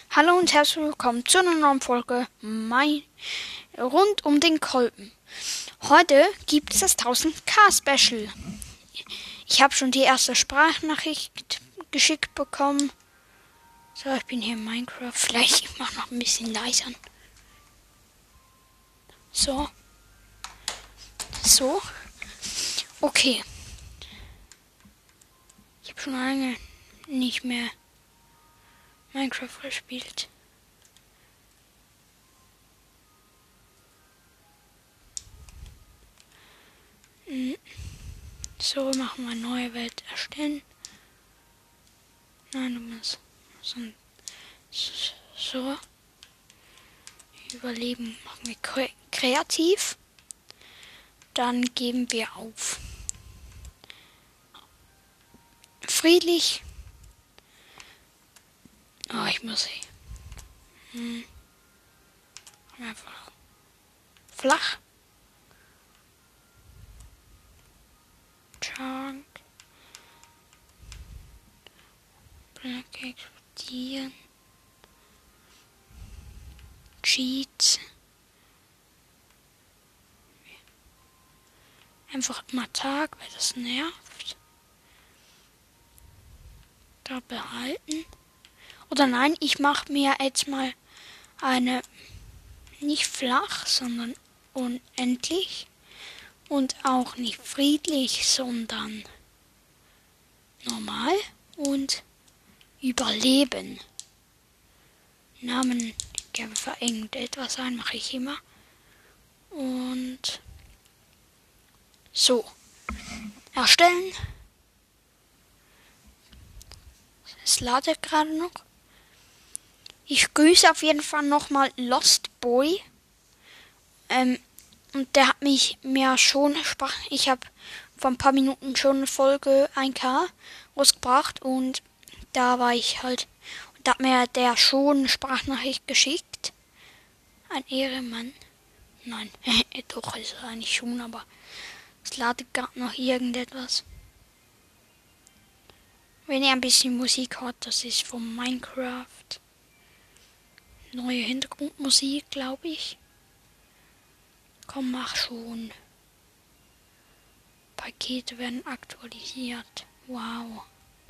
Hallo und herzlich willkommen zu einer neuen Folge rund um den Kolben. Heute gibt es das 1000k Special. Ich habe schon die erste Sprachnachricht geschickt bekommen. So, ich bin hier in Minecraft. Vielleicht ich mache noch ein bisschen leiser. So. Okay. Ich habe schon lange nicht mehr Minecraft gespielt. So, machen wir neue Welt erstellen. Nein, du musst so. Überleben machen wir kreativ. Dann geben wir auf. Friedlich. Oh, ich muss einfach flach. Chunk. Blöcke explodieren. Cheats. Einfach immer Tag, weil das nervt. Da behalten. Oder nein, ich mache mir jetzt mal eine nicht flach, sondern unendlich. Und auch nicht friedlich, sondern normal und überleben. Namen gerne für irgendetwas ein, mache ich immer. Und so. Erstellen. Es ladet gerade noch. Ich grüße auf jeden Fall nochmal Lost Boy. Und der hat mir schon ich habe vor ein paar Minuten schon eine Folge 1K rausgebracht und da war ich halt, da hat mir der schon eine Sprachnachricht geschickt. Ein Ehrenmann. Nein, doch ist er eigentlich schon, aber es ladet gerade noch irgendetwas. Wenn ihr ein bisschen Musik hört, das ist von Minecraft. Neue Hintergrundmusik, glaube ich. Komm, mach schon. Pakete werden aktualisiert. Wow.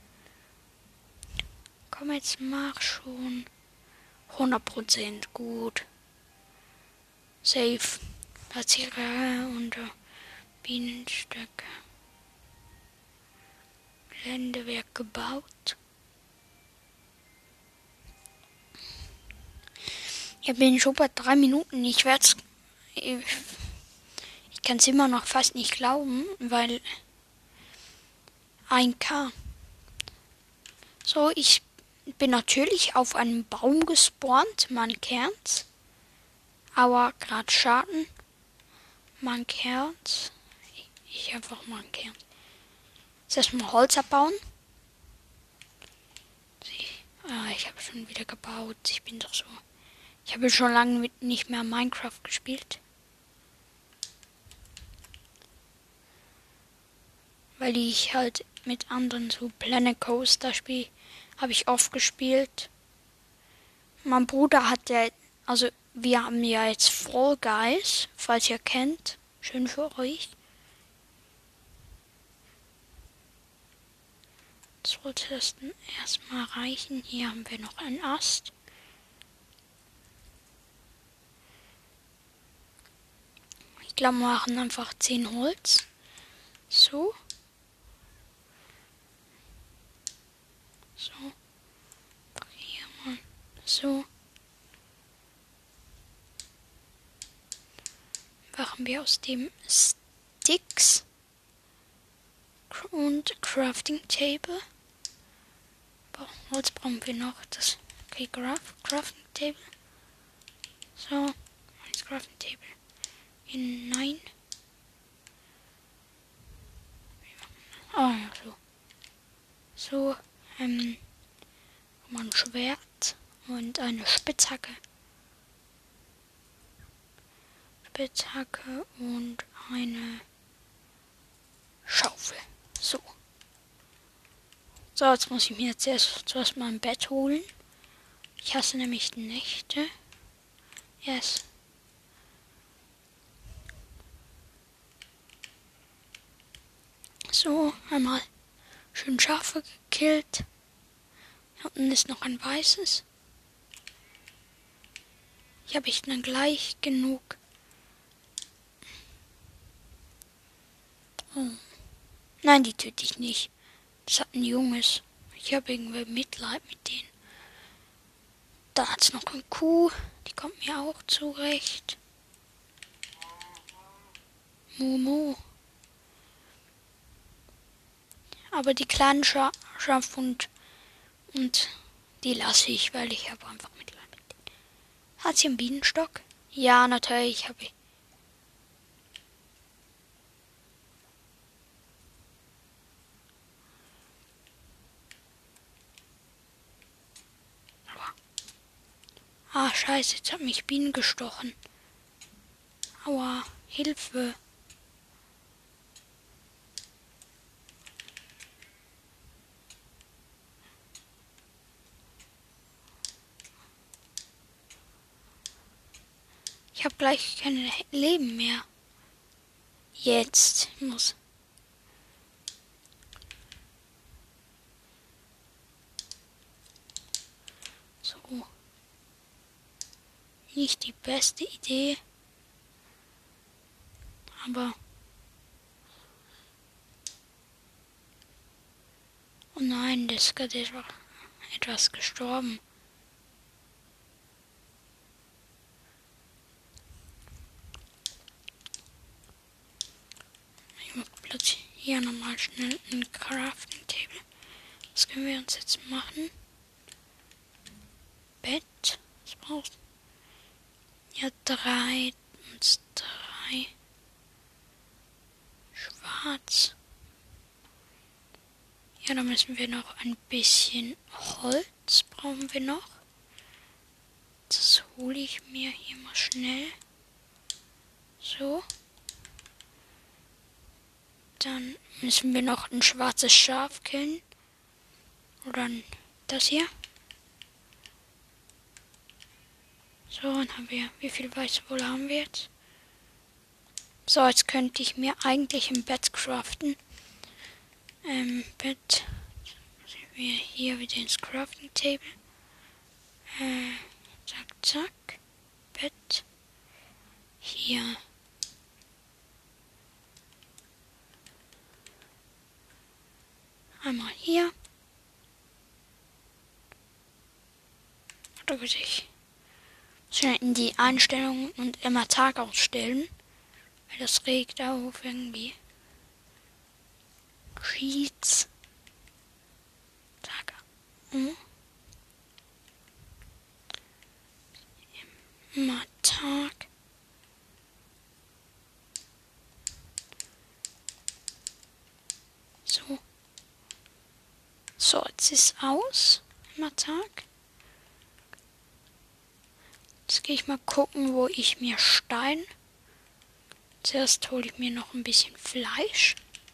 Komm, jetzt mach schon. 100% gut. Safe. Platziere unter Bienenstöcke. Gelände wird gebaut. Ich bin schon bei 3 Minuten. Ich kann es immer noch fast nicht glauben, weil 1K. So, ich bin natürlich auf einem Baum gespawnt. Man kennt's. Aber gerade Schaden. Man kennt's. Ich einfach mal kennt. Jetzt erstmal Holz abbauen. Ich habe schon wieder gebaut. Ich bin doch so. Ich habe schon lange nicht mehr Minecraft gespielt. Weil ich halt mit anderen so Planet Coaster spiele. Habe ich oft gespielt. Mein Bruder hat ja, also wir haben ja jetzt Fall Guys, falls ihr kennt. Schön für euch. Das sollte das dann erstmal reichen. Hier haben wir noch einen Ast. Ich glaube, wir machen einfach 10 Holz. So. So. Hier mal. So. Machen wir aus dem Sticks und Crafting Table. Holz brauchen wir noch. Das Crafting Table. So. Das Crafting Table. Hinein. Ah ja, so. So. Ein Schwert und eine Spitzhacke. Spitzhacke und eine Schaufel. So. So, jetzt muss ich mir zuerst mal ein Bett holen. Ich hasse nämlich Nächte. Yes. So, einmal schön Schafe gekillt. Hier unten ist noch ein weißes. Hier habe ich dann gleich genug. Oh. Nein, die töte ich nicht. Das hat ein Junges. Ich habe irgendwie Mitleid mit denen. Da hat es noch eine Kuh. Die kommt mir auch zurecht. Momo. Aber die kleinen Schafe und die lasse ich, weil ich habe einfach Mitleid mit denen. Hat sie einen Bienenstock? Ja, natürlich habe ich. Ah, scheiße, jetzt hat mich Bienen gestochen. Aua, Hilfe. Ich habe gleich kein Leben mehr. Jetzt muss. So. Nicht die beste Idee. Aber. Oh nein, das ist gerade etwas gestorben. Ich muss plötzlich hier nochmal schnell ein Crafting Table. Was können wir uns jetzt machen? Bett. Was brauchst du? Ja, 3 und 3. Schwarz. Ja, dann müssen wir noch ein bisschen Holz brauchen wir noch. Das hole ich mir hier mal schnell. So. Dann müssen wir noch ein schwarzes Schaf killen. Oder das hier. So, dann haben wir, wie viel Weißwolle haben wir jetzt? So, jetzt könnte ich mir eigentlich ein Bett craften. Bett. Wir hier wieder ins Crafting Table. Zack, zack. Bett. Hier. Einmal hier. Oder würde ich schnell in die Einstellungen und immer Tag ausstellen. Weil das regt auf irgendwie. Sheets. Tag. Immer Tag. So. So, jetzt ist aus. Immer Tag. Jetzt gehe ich mal gucken, wo ich mir Stein. Zuerst hole ich mir noch ein bisschen Fleisch.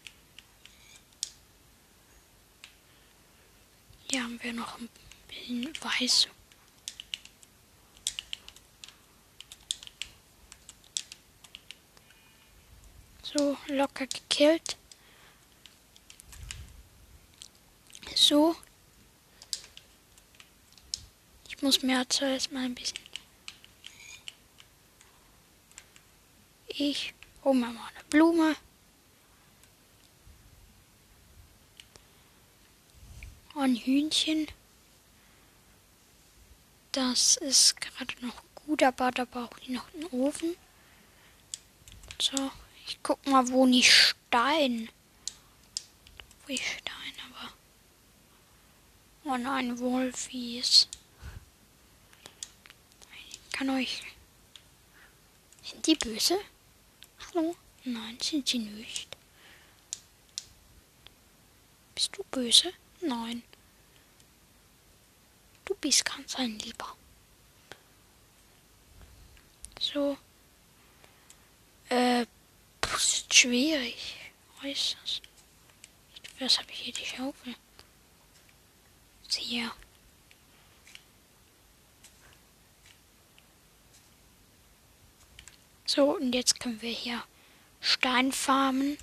Hier haben wir noch ein bisschen Weiß. So, locker gekillt. So. Ich muss mir zuerst mal ein bisschen. Ich hole mir mal eine Blume. Ein Hühnchen. Das ist gerade noch gut, aber da brauche ich noch einen Ofen. So, ich guck mal, wo nicht Stein. Wo ich Stein, aber. Oh nein, Wolfies. Ich kann euch. Sind die böse? Hallo? Nein, sind sie nicht. Bist du böse? Nein. Du bist ganz ein Lieber. So. Ist schwierig. Äußerst. Was habe ich hier? Die Schaufel. Hier. So, und jetzt können wir hier Stein farmen.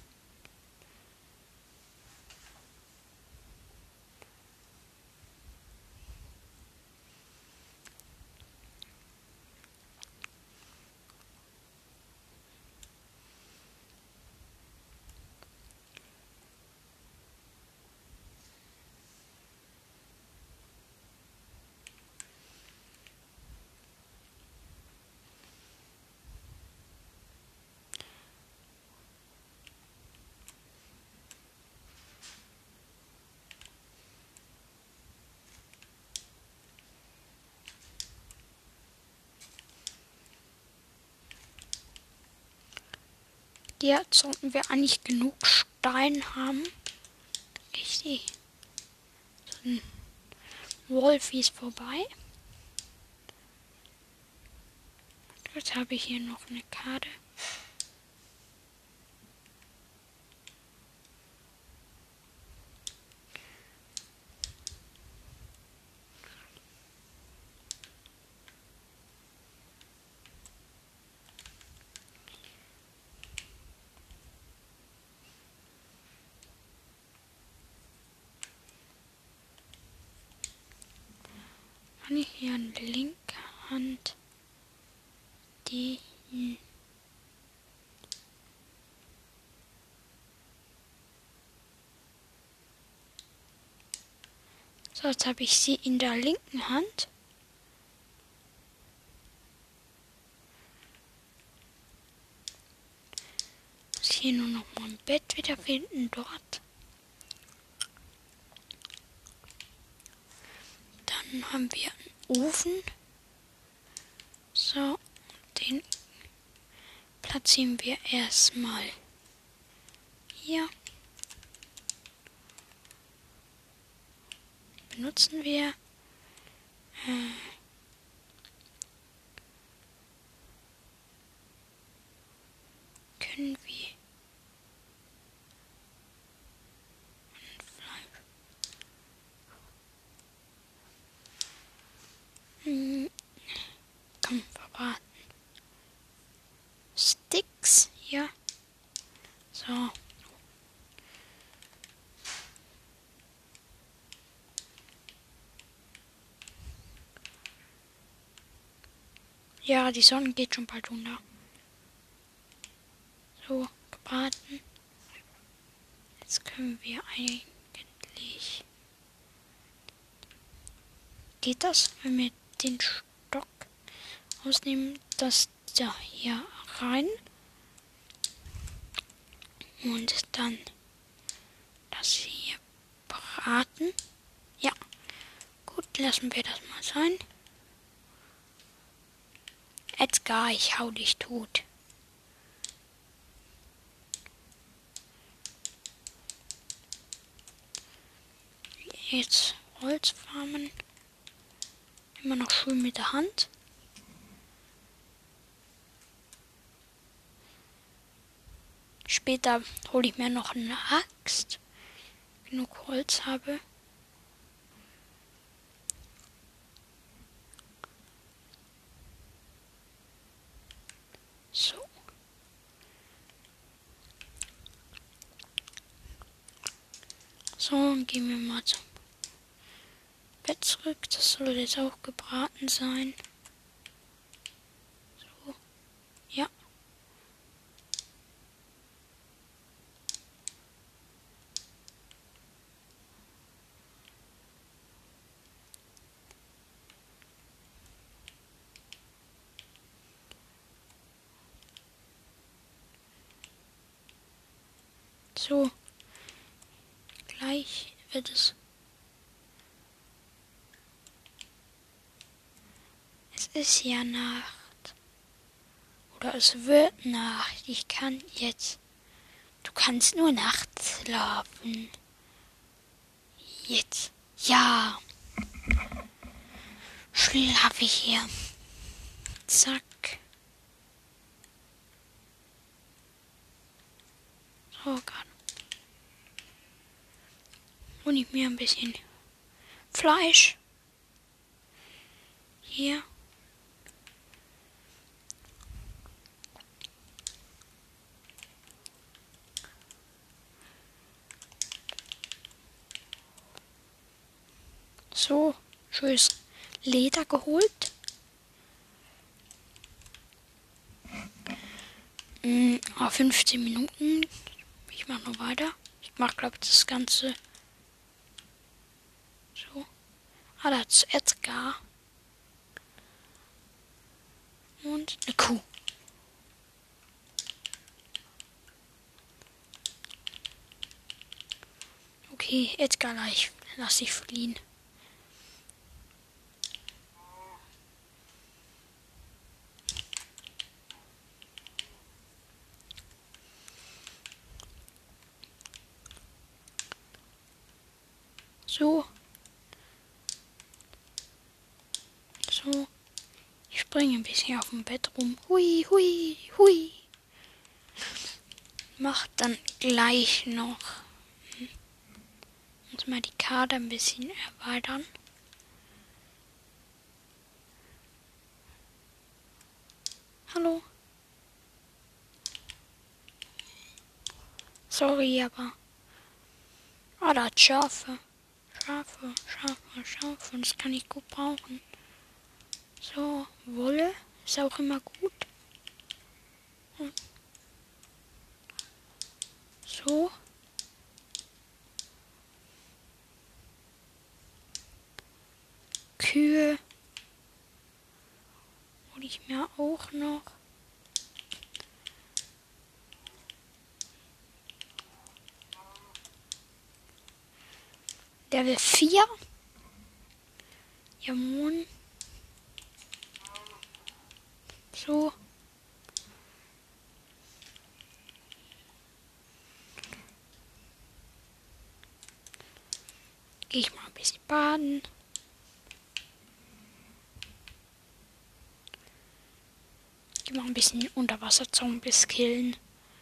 Jetzt sollten wir eigentlich genug Stein haben. Ich sehe, so ein Wolf ist vorbei. Jetzt habe ich hier noch eine Karte. Kann ich hier an der linken Hand die... So, jetzt habe ich sie in der linken Hand. Muss hier nur noch mein Bett wiederfinden, dort. Dann haben wir einen Ofen. So, den platzieren wir erstmal hier. Benutzen wir. Können wir komm, verbraten. Sticks hier. So. Ja, die Sonne geht schon bald unter. So, gebraten. Jetzt können wir eigentlich... Geht das, wenn wir den Stock ausnehmen, das da hier rein und dann das hier braten? Ja, gut, lassen wir das mal sein. Edgar, ich hau dich tot. Jetzt Holz farmen. Immer noch schön mit der Hand. Später hole ich mir noch eine Axt. Genug Holz habe. So. So, und gehen wir mal zum Bett zurück. Das soll jetzt auch gebraten sein. So. Ja. So. Gleich wird es. Es ist ja Nacht. Oder es wird Nacht. Ich kann jetzt. Du kannst nur nachts schlafen. Jetzt. Ja. Schlafe ich hier. Zack. So, gerade. Und ich mir ein bisschen Fleisch. Hier. So, schönes Leder geholt. 15 Minuten. Ich mache noch weiter. Ich mache, glaube ich, das Ganze so. Da hat's Edgar. Und eine Kuh. Okay, Edgar, lass dich fliehen. So. So. Ich springe ein bisschen auf dem Bett rum. Hui, hui, hui. Mach dann gleich noch. Muss mal die Karte ein bisschen erweitern. Hallo. Sorry, aber. Da hat Schafe. Schafe. Das kann ich gut brauchen. So, Wolle ist auch immer gut. So. Kühe. Hole ich mir auch noch. Level 4. Jamon. So. Gehe ich mal ein bisschen baden. Gehe mal ein bisschen Unterwasser-Zombies killen.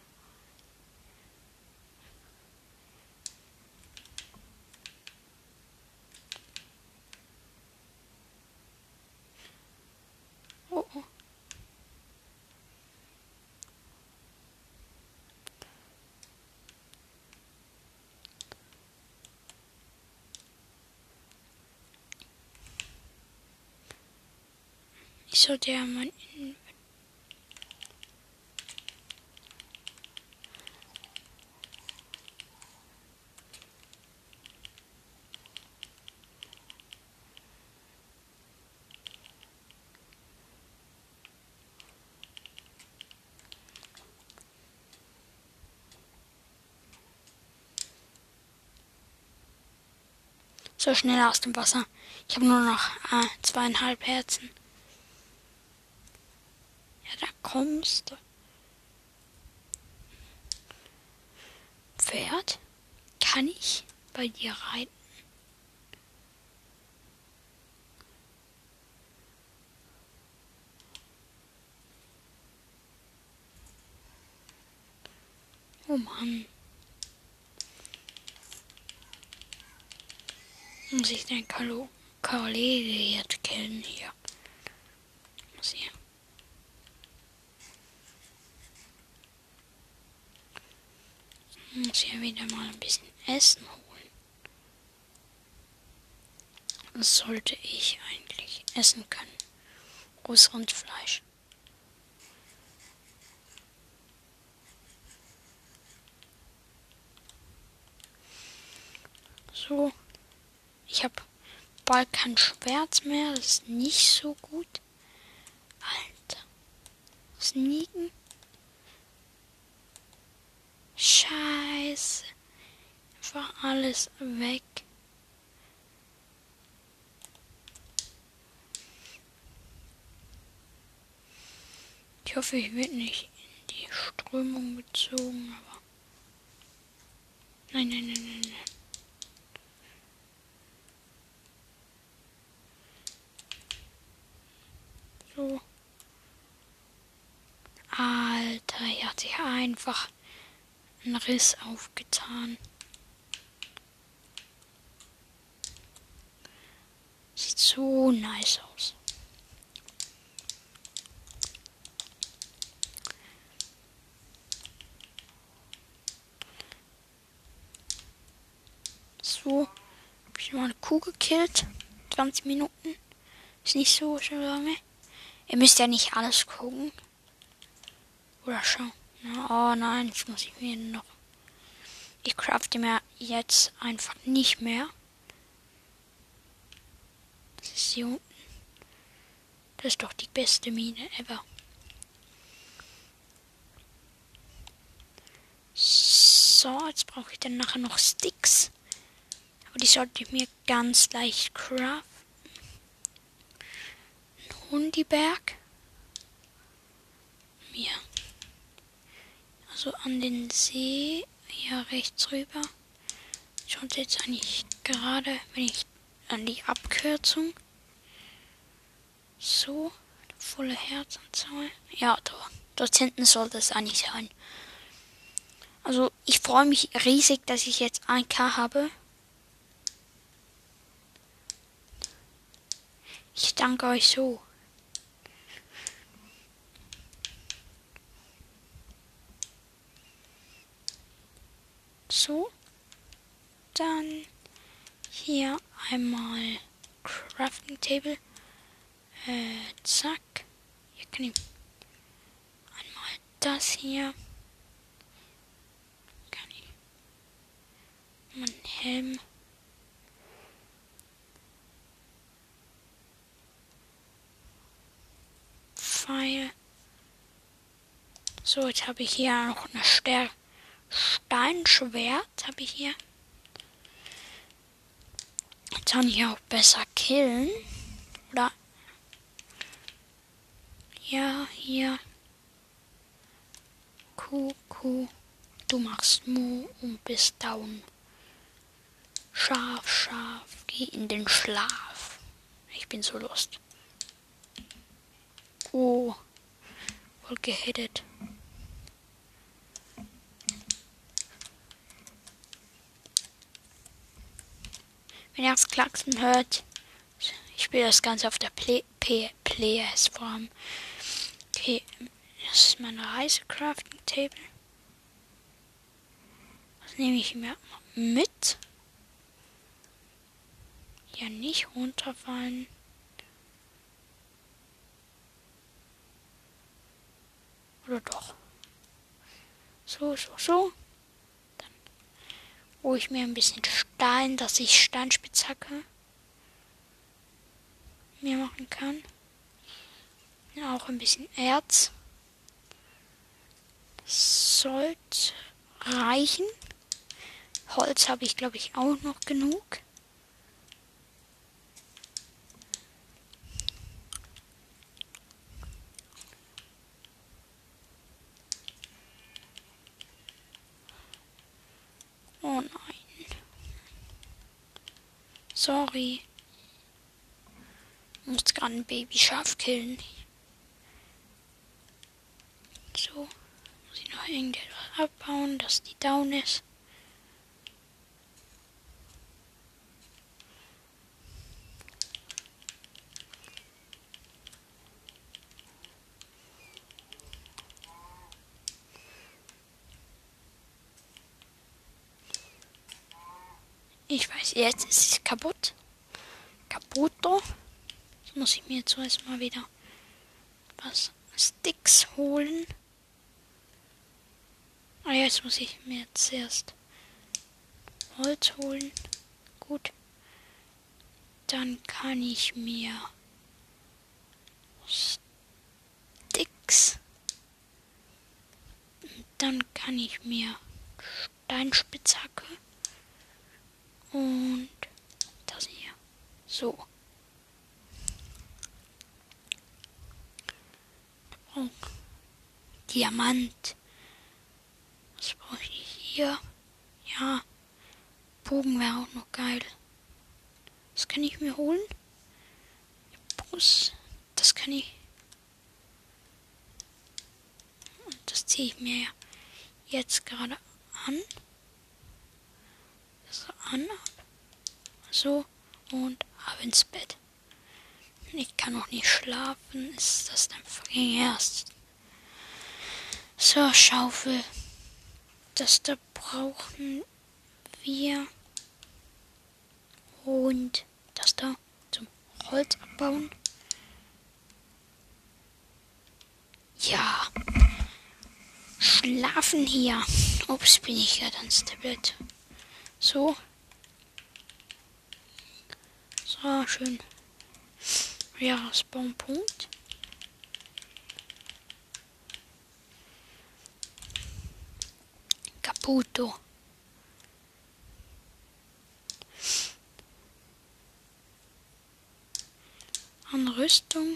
Oh. Ich sollte ja mal. So schnell aus dem Wasser. Ich habe nur noch 2,5 Herzen. Ja, da kommst du. Pferd? Kann ich bei dir reiten? Oh Mann. Muss ich den Kollege jetzt killen hier? Muss hier. Muss hier wieder mal ein bisschen Essen holen. Das sollte ich eigentlich essen können. Rohes Rindfleisch. So. Ich habe bald kein Schwert mehr. Das ist nicht so gut. Alter. Sneaken. Scheiße. Einfach alles weg. Ich hoffe, ich werde nicht in die Strömung gezogen, aber. Nein. So. Alter, hier hat sich einfach ein Riss aufgetan. Sieht so nice aus. So, habe ich mal eine Kuh gekillt. 20 Minuten. Ist nicht so lange. Ihr müsst ja nicht alles gucken. Oder schauen. Oh nein, jetzt muss ich mir noch... Ich crafte mir jetzt einfach nicht mehr. Das ist hier unten. Das ist doch die beste Mine ever. So, jetzt brauche ich dann nachher noch Sticks. Aber die sollte ich mir ganz leicht craften. Ein Hundiberg. Mir. Also an den See. Hier rechts rüber. Schaut jetzt eigentlich gerade, wenn ich an die Abkürzung. So. Volle Herzanzahl. Ja, dort hinten sollte es eigentlich sein. Also ich freue mich riesig, dass ich jetzt 1K habe. Ich danke euch so. So. Dann hier einmal Crafting Table. Zack. Hier kann ich einmal das hier. Kann ich meinen Helm. Pfeil. So, jetzt habe ich hier noch eine Steinschwert. Habe ich hier. Jetzt kann ich auch besser killen. Oder? Ja, hier. Kuh. Du machst Mu und bist down. Schaf, geh in den Schlaf. Ich bin so lost. Oh, voll gehittet. Wenn ihr das Klacksen hört, ich spiele das Ganze auf der PS-Form. Okay, das ist mein Reise-Crafting-Table. Was nehme ich mir mit? Ja, nicht runterfallen. Oder doch? So. Dann hole ich mir ein bisschen Stein, dass ich Steinspitzhacke mir machen kann. Ja, auch ein bisschen Erz. Sollte reichen. Holz habe ich, glaube ich, auch noch genug. Oh nein. Sorry. Ich muss gerade ein Babyschaf killen. So. Muss ich noch irgendetwas abbauen, dass die down ist. Ich weiß, jetzt ist es kaputt. Kaputter. Jetzt muss ich mir zuerst mal wieder was Sticks holen. Ah, jetzt muss ich mir zuerst Holz holen. Gut. Dann kann ich mir Sticks. Dann kann ich mir Steinspitzhacke. Und das hier. So. Oh. Diamant. Was brauche ich hier? Ja. Bogen wäre auch noch geil. Das kann ich mir holen. Brust. Das kann ich. Und das ziehe ich mir jetzt gerade an. So an. So. Und ab ins Bett. Ich kann noch nicht schlafen. Ist das dann fucking erst? So, Schaufel. Das da brauchen wir. Und das da zum Holz abbauen. Ja. Schlafen hier. Ups, bin ich ja ans Tablet. So. So, schön. Jahresbaumpunkt. Caputo. An Rüstung.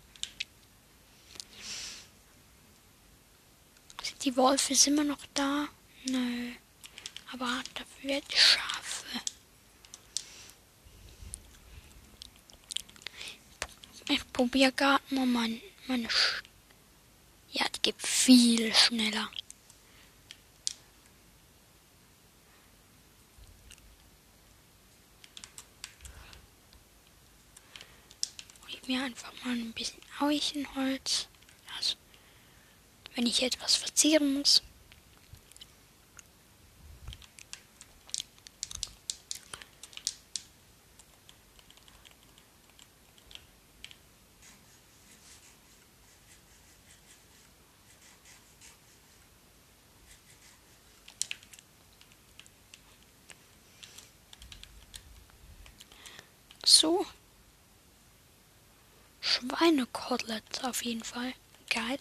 Sind die Wölfe immer noch da? Nö. Aber dafür werde ich Schafe. Ich probiere gerade mal meine ja, die geht viel schneller. Ich mir einfach mal ein bisschen Eichenholz. Also, wenn ich etwas verzieren muss. So. Schweinekotelett auf jeden Fall. Geil.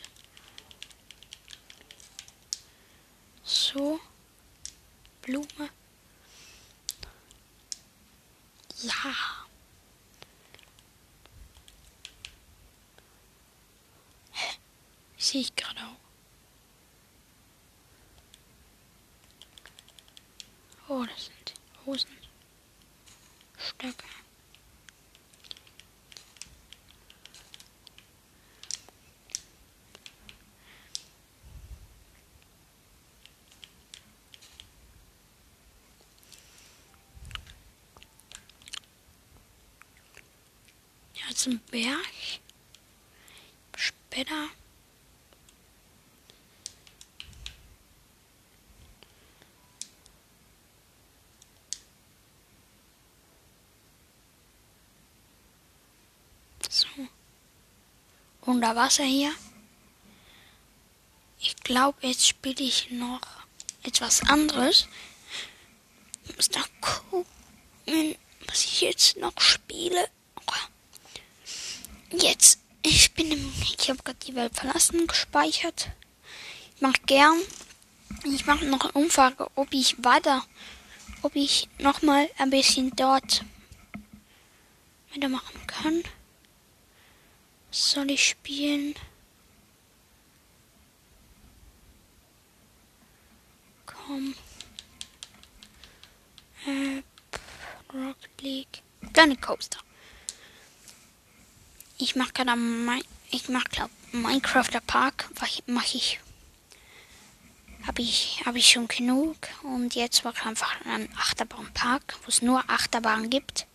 So. Blume. Ja. Sehe ich gerade auch. Oh, das sind Hosenstöcke. Ja, jetzt ein Berg. Später. So. Unter Wasser hier. Ich glaube, jetzt spiele ich noch etwas anderes. Ich muss noch gucken, was ich jetzt noch spiele. Jetzt, ich habe gerade die Welt verlassen, gespeichert. Ich mache noch eine Umfrage, ob ich noch mal ein bisschen dort weitermachen kann. Was soll ich spielen? Komm. Rocket League. Planet Coaster. Ich mache gerade Minecrafter Park. Habe ich schon genug. Und jetzt mache ich einfach einen Achterbahnpark, wo es nur Achterbahnen gibt.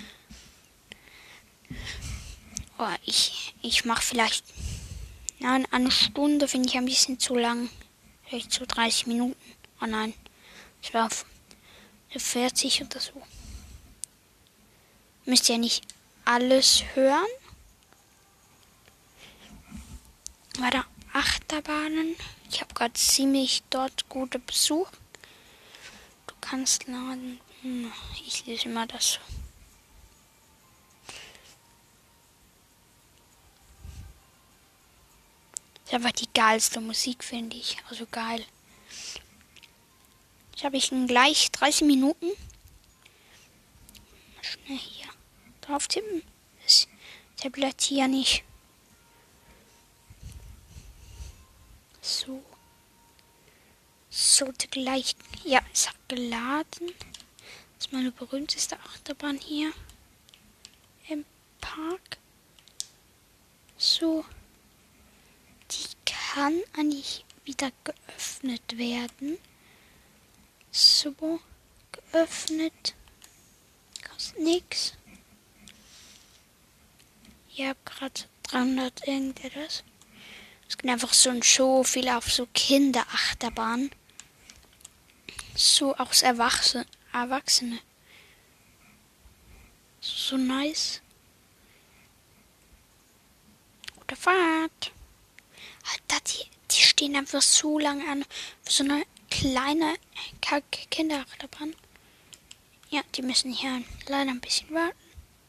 Oh, ich mache vielleicht eine Stunde, finde ich ein bisschen zu lang. Vielleicht so 30 Minuten. Oh nein, ich war auf 40 oder so. Müsst ihr nicht alles hören. Weiter Achterbahnen. Ich habe gerade ziemlich dort gute Besuch. Du kannst laden. Ich lese immer das. Das ist einfach die geilste Musik, finde ich. Also geil. Jetzt habe ich gleich 30 Minuten. Mal schnell hier drauf tippen. Das Tablet hier nicht. So. Sollte gleich. Ja, es hat geladen. Das ist meine berühmteste Achterbahn hier im Park. So. Die kann eigentlich wieder geöffnet werden. So. Geöffnet. Kostet nix. Ich habe gerade 300 irgendetwas. Es gibt einfach so viel auf so Kinderachterbahn. So auch Erwachsene. So nice. Fahrt. Alter, die stehen einfach so lange an. Für so eine kleine Kinderachterbahn. Ja, die müssen hier leider ein bisschen warten.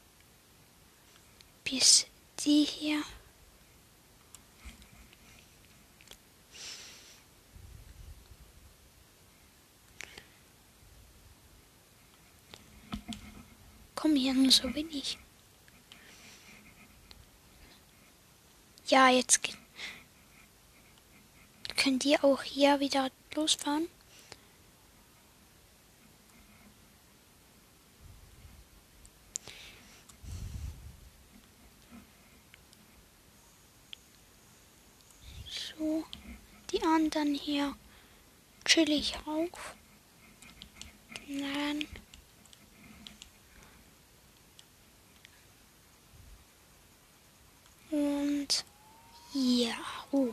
Bis die hier. Komm hier nur so wenig. Ja, jetzt können die auch hier wieder losfahren. So, die anderen hier chillig auf. Dann und ja, oh.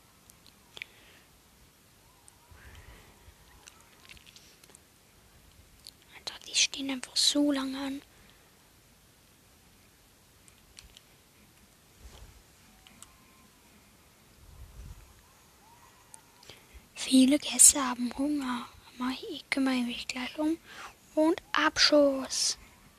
Alter, die stehen einfach so lange an. Viele Gäste haben Hunger. Ich kümmere mich gleich um. Und Abschuss.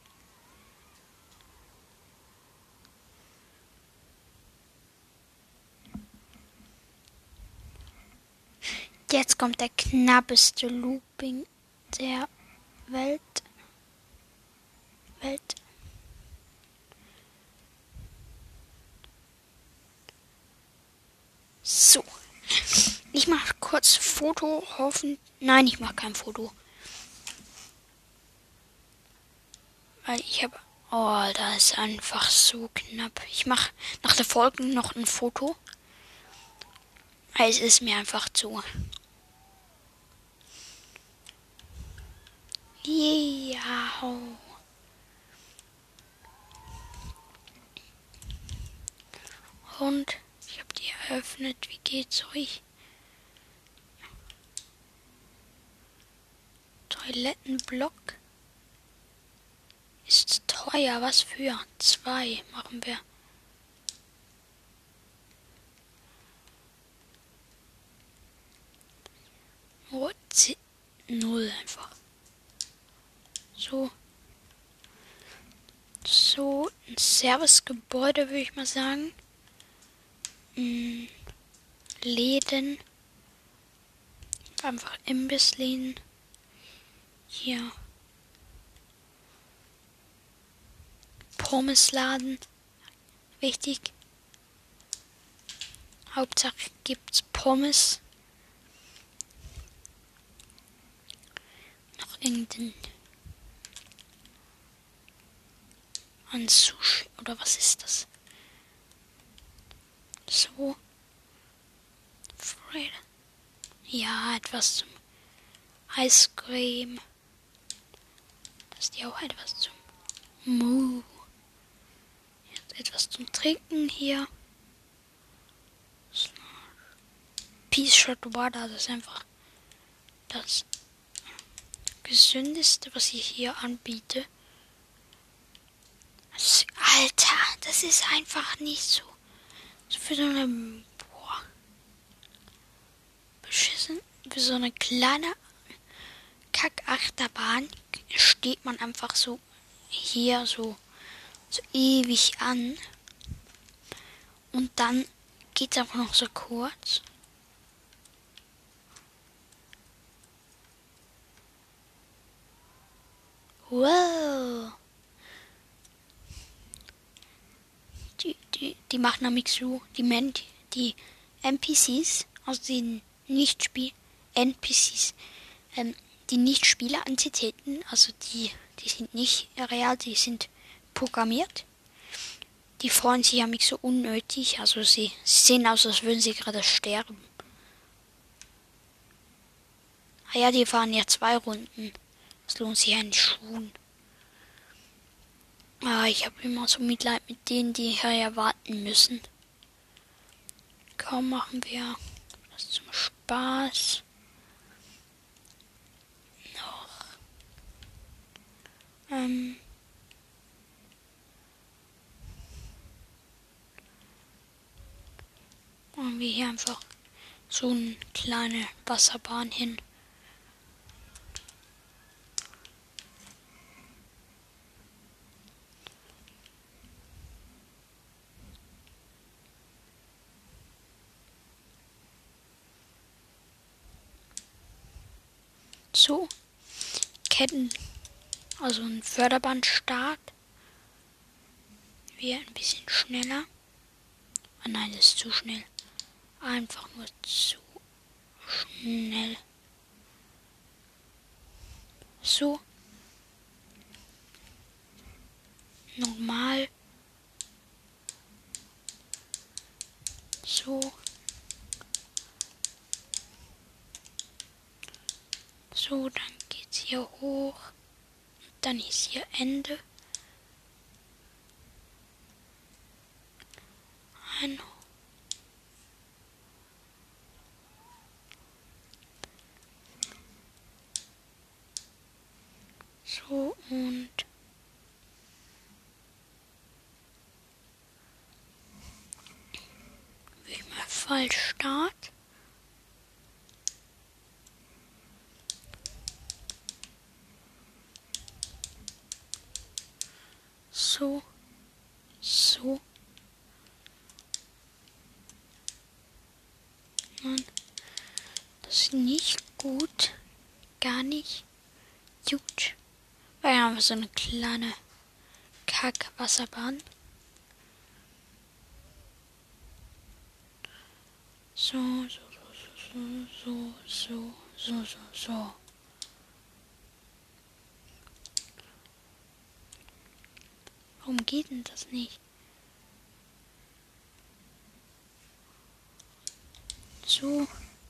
Jetzt kommt der knappeste Looping der Welt. So. Ich mache kurz Foto. Nein, ich mache kein Foto. Weil ich habe... Oh, das ist einfach so knapp. Ich mache nach der Folge noch ein Foto. Es ist mir einfach zu. Ja. Und ich habe die eröffnet. Wie geht's euch? Toilettenblock ist teuer. Was für? 2 machen wir. Oh, 0 einfach. So. So, ein Servicegebäude würde ich mal sagen. Läden. Einfach Imbissläden. Hier. Pommesladen. Wichtig. Hauptsache gibt's Pommes. Noch irgendein an Sushi oder was ist das? So. Fred. Ja, etwas zum Eiscreme. Das ist ja auch etwas zum Mu. Jetzt etwas zum Trinken hier. Peace Shot Water, das ist einfach das gesündeste, was ich hier anbiete. Alter, das ist einfach nicht so für so eine beschissen, für so eine kleine Kackachterbahn steht man einfach so hier so ewig an und dann geht's einfach noch so kurz. Wow. Die machen nämlich so, die NPCs, also die NPCs, die Nicht-Spieler-Entitäten, also die sind nicht real, die sind programmiert. Die freuen sich ja mich so unnötig, also sie sehen aus, als würden sie gerade sterben. Ah ja, die fahren ja 2 Runden. Das lohnt sich ja nicht schon. Ah, ich habe immer so Mitleid mit denen, die hier warten müssen. Kaum machen wir das zum Spaß. Noch. wir hier einfach so eine kleine Wasserbahn hin. So, Ketten, also ein Förderbandstart. Wir ein bisschen schneller. Ah nein, das ist zu schnell. Einfach nur zu schnell. So. Normal. So. So, dann geht's hier hoch. Dann ist hier Ende. So und wie mal Fallstart. So. So. Nein, das ist nicht gut. Gar nicht gut. Weil wir haben so eine kleine Kackwasserbahn. So, so, so, so, so, so, so. Warum geht denn das nicht? So.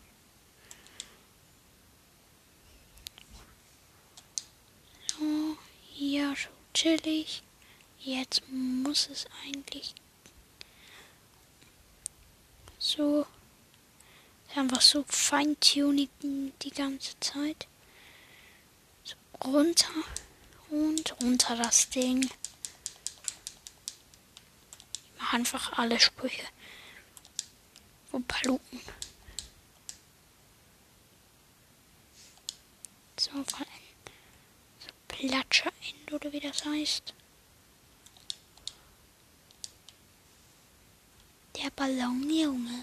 So, hier so chillig. Jetzt muss es eigentlich so einfach so feintuning die ganze Zeit. So runter und runter das Ding. Ich mache einfach alle Sprüche. Und Paluten. So, von so Platscher End oder wie das heißt. Der Ballon, Junge.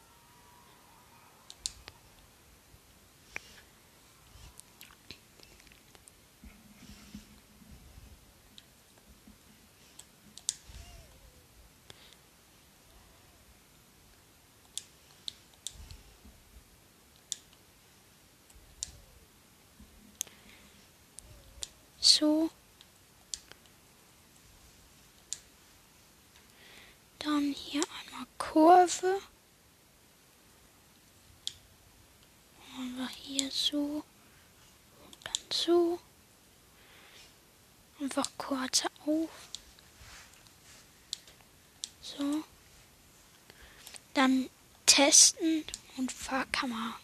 So. Dann hier einmal Kurve. Und hier so. Und dann so. Einfach kurz auf. So. Dann testen und Fahrkamera.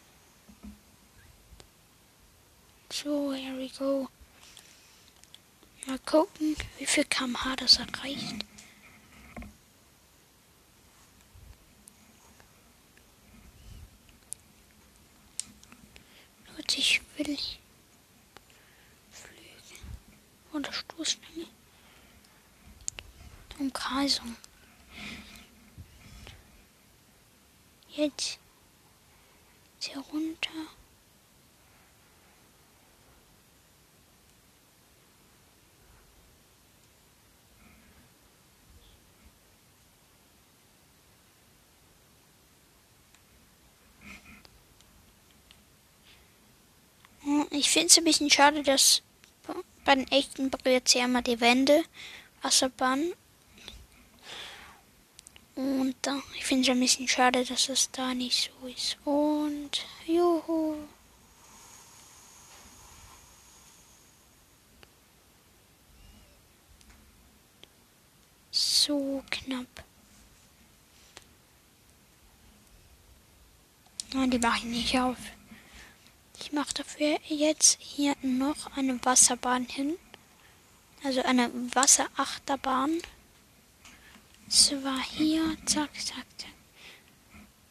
So, here we go. Mal gucken, wie viel km/h das erreicht. Leute, ich will fliegen. Oder Stoßstange. Umkreisung. Jetzt hier runter. Ich finde es ein bisschen schade, dass bei den echten berührt sie einmal die Wände, Wasserbahn. Und ich finde es ein bisschen schade, dass es da nicht so ist. Und juhu. So knapp. Nein, die mache ich nicht auf. Ich mache dafür jetzt hier noch eine Wasserbahn hin. Also eine Wasserachterbahn. Zwar hier, zack, zack, zack.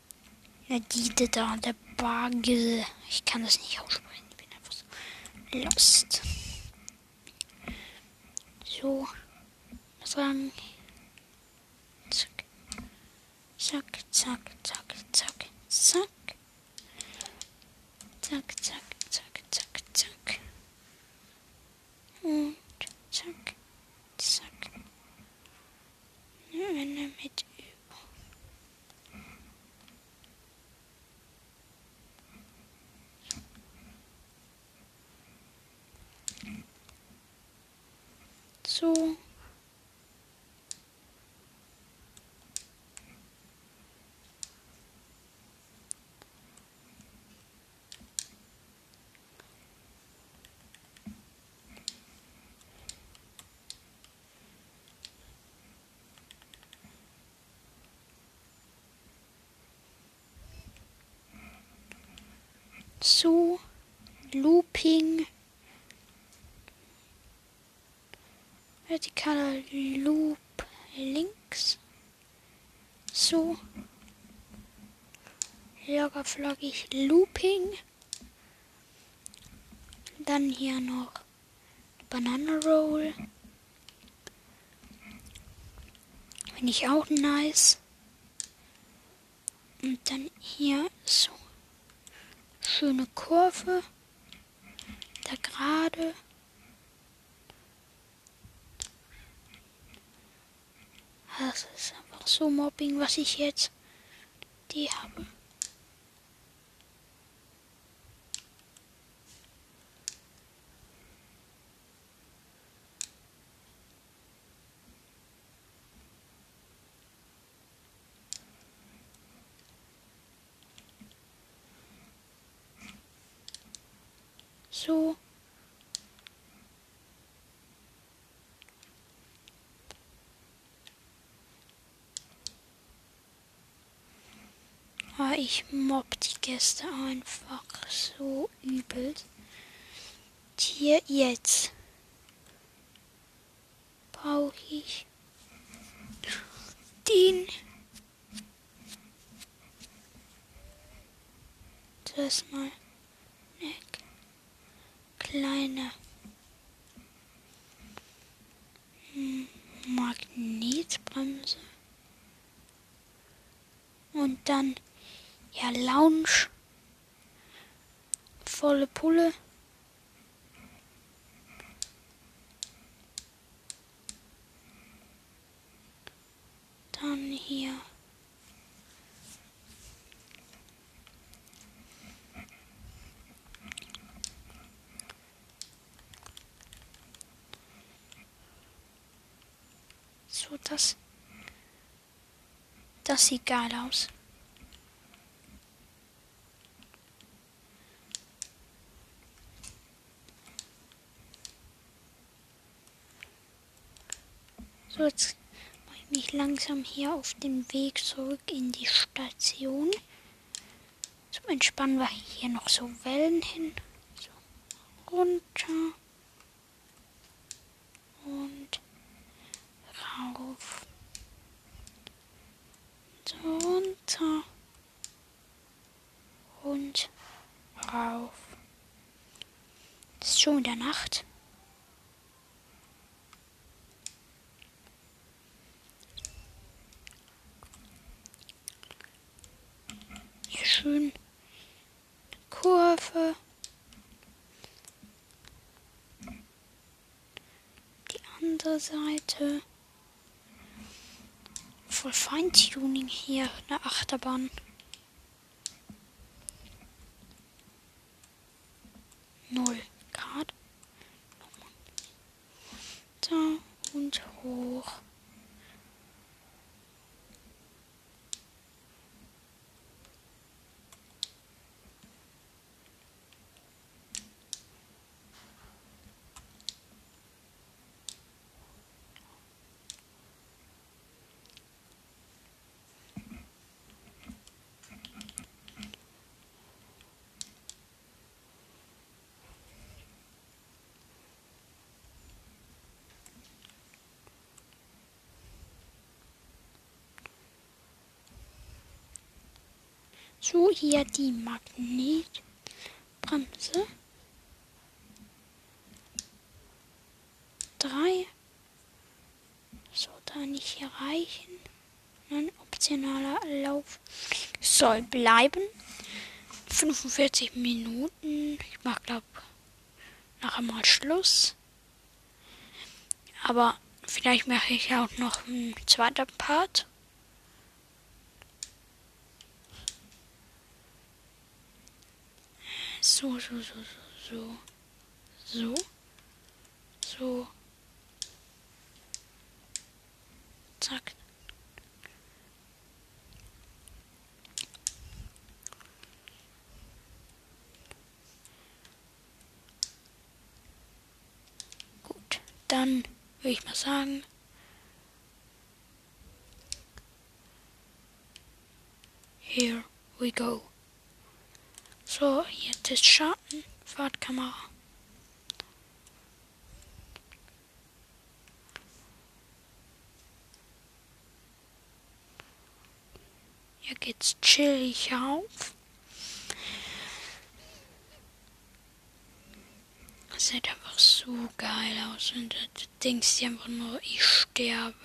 Ja, die da, der Bagel. Ich kann das nicht aussprechen. Ich bin einfach so lost. So. Sagen. Zack. Zack, zack, zack, zack, zack. Zack, zack, zack, zack, zack. Und zack, zack. Eine mit über. So. So. Looping. Vertikaler Loop links. So. Loggerfloggig Looping. Dann hier noch Banana Roll. Finde ich auch nice. Und dann hier so. Schöne Kurve. Da gerade. Das ist einfach so Mobbing, was ich jetzt die habe. So. Aber ich mobb die Gäste einfach so übel. Hier jetzt brauche ich den. Das mal eine kleine Magnetbremse. Und dann ja Lounge. Volle Pulle. Dann hier. So, das sieht geil aus. So, jetzt mache ich mich langsam hier auf den Weg zurück in die Station. Zum Entspannen war hier noch so Wellen hin. So, runter. Und rauf. So, runter. Und rauf. Es ist schon wieder Nacht. Hier schön Kurve. Die andere Seite. Voll Feintuning hier, eine Achterbahn. 0 Grad. Da und hoch. So, hier die Magnetbremse. Drei. Sollte nicht hier reichen. Ein optionaler Lauf soll bleiben. 45 Minuten. Ich mach, glaube nachher mal Schluss. Aber vielleicht mache ich auch noch einen zweiten Part. So. Zack. Gut, dann würde ich mal sagen, here we go. So, hier Test starten, Fahrtkamera. Hier geht's chillig auf. Das sieht einfach so geil aus und du denkst dir einfach nur, ich sterbe.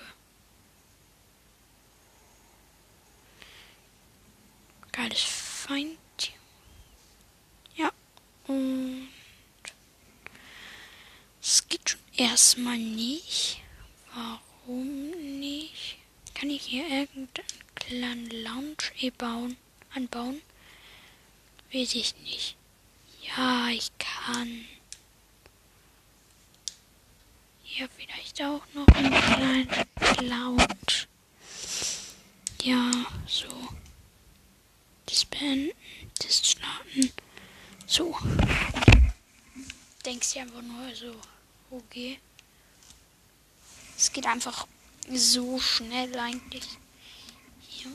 Geiles Feintuning. Ja, und es geht schon erstmal nicht. Warum nicht? Kann ich hier irgendeinen kleinen Lounge anbauen? Weiß ich nicht. Ja, ich kann. Hier vielleicht auch noch einen kleinen Lounge. Ja, so. Das beenden, das starten. So. Denkst du einfach nur so, okay. Es geht einfach so schnell eigentlich. Hier.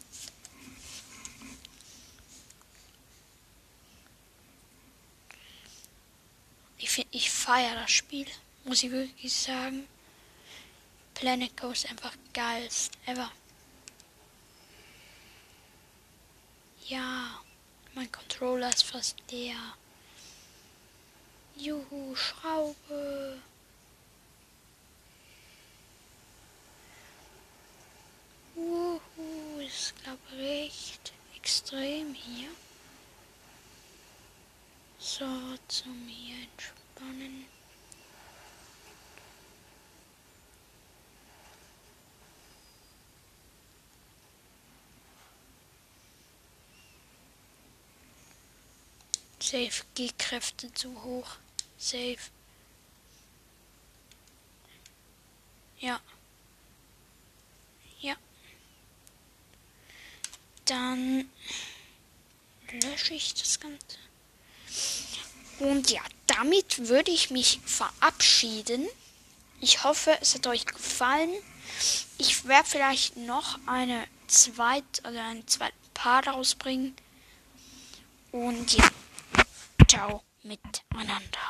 Ich feiere das Spiel, muss ich wirklich sagen. Planet Coaster einfach geilst ever. Ja, mein Controller ist fast leer. Juhu, Schraube. Wuhu, ist glaube ich recht extrem hier. So, zum hier entspannen. Safe, G-Kräfte zu hoch. Safe. Ja. Ja. Dann lösche ich das Ganze. Und ja, damit würde ich mich verabschieden. Ich hoffe, es hat euch gefallen. Ich werde vielleicht noch einen zweiten Part rausbringen. Und ja, ciao miteinander.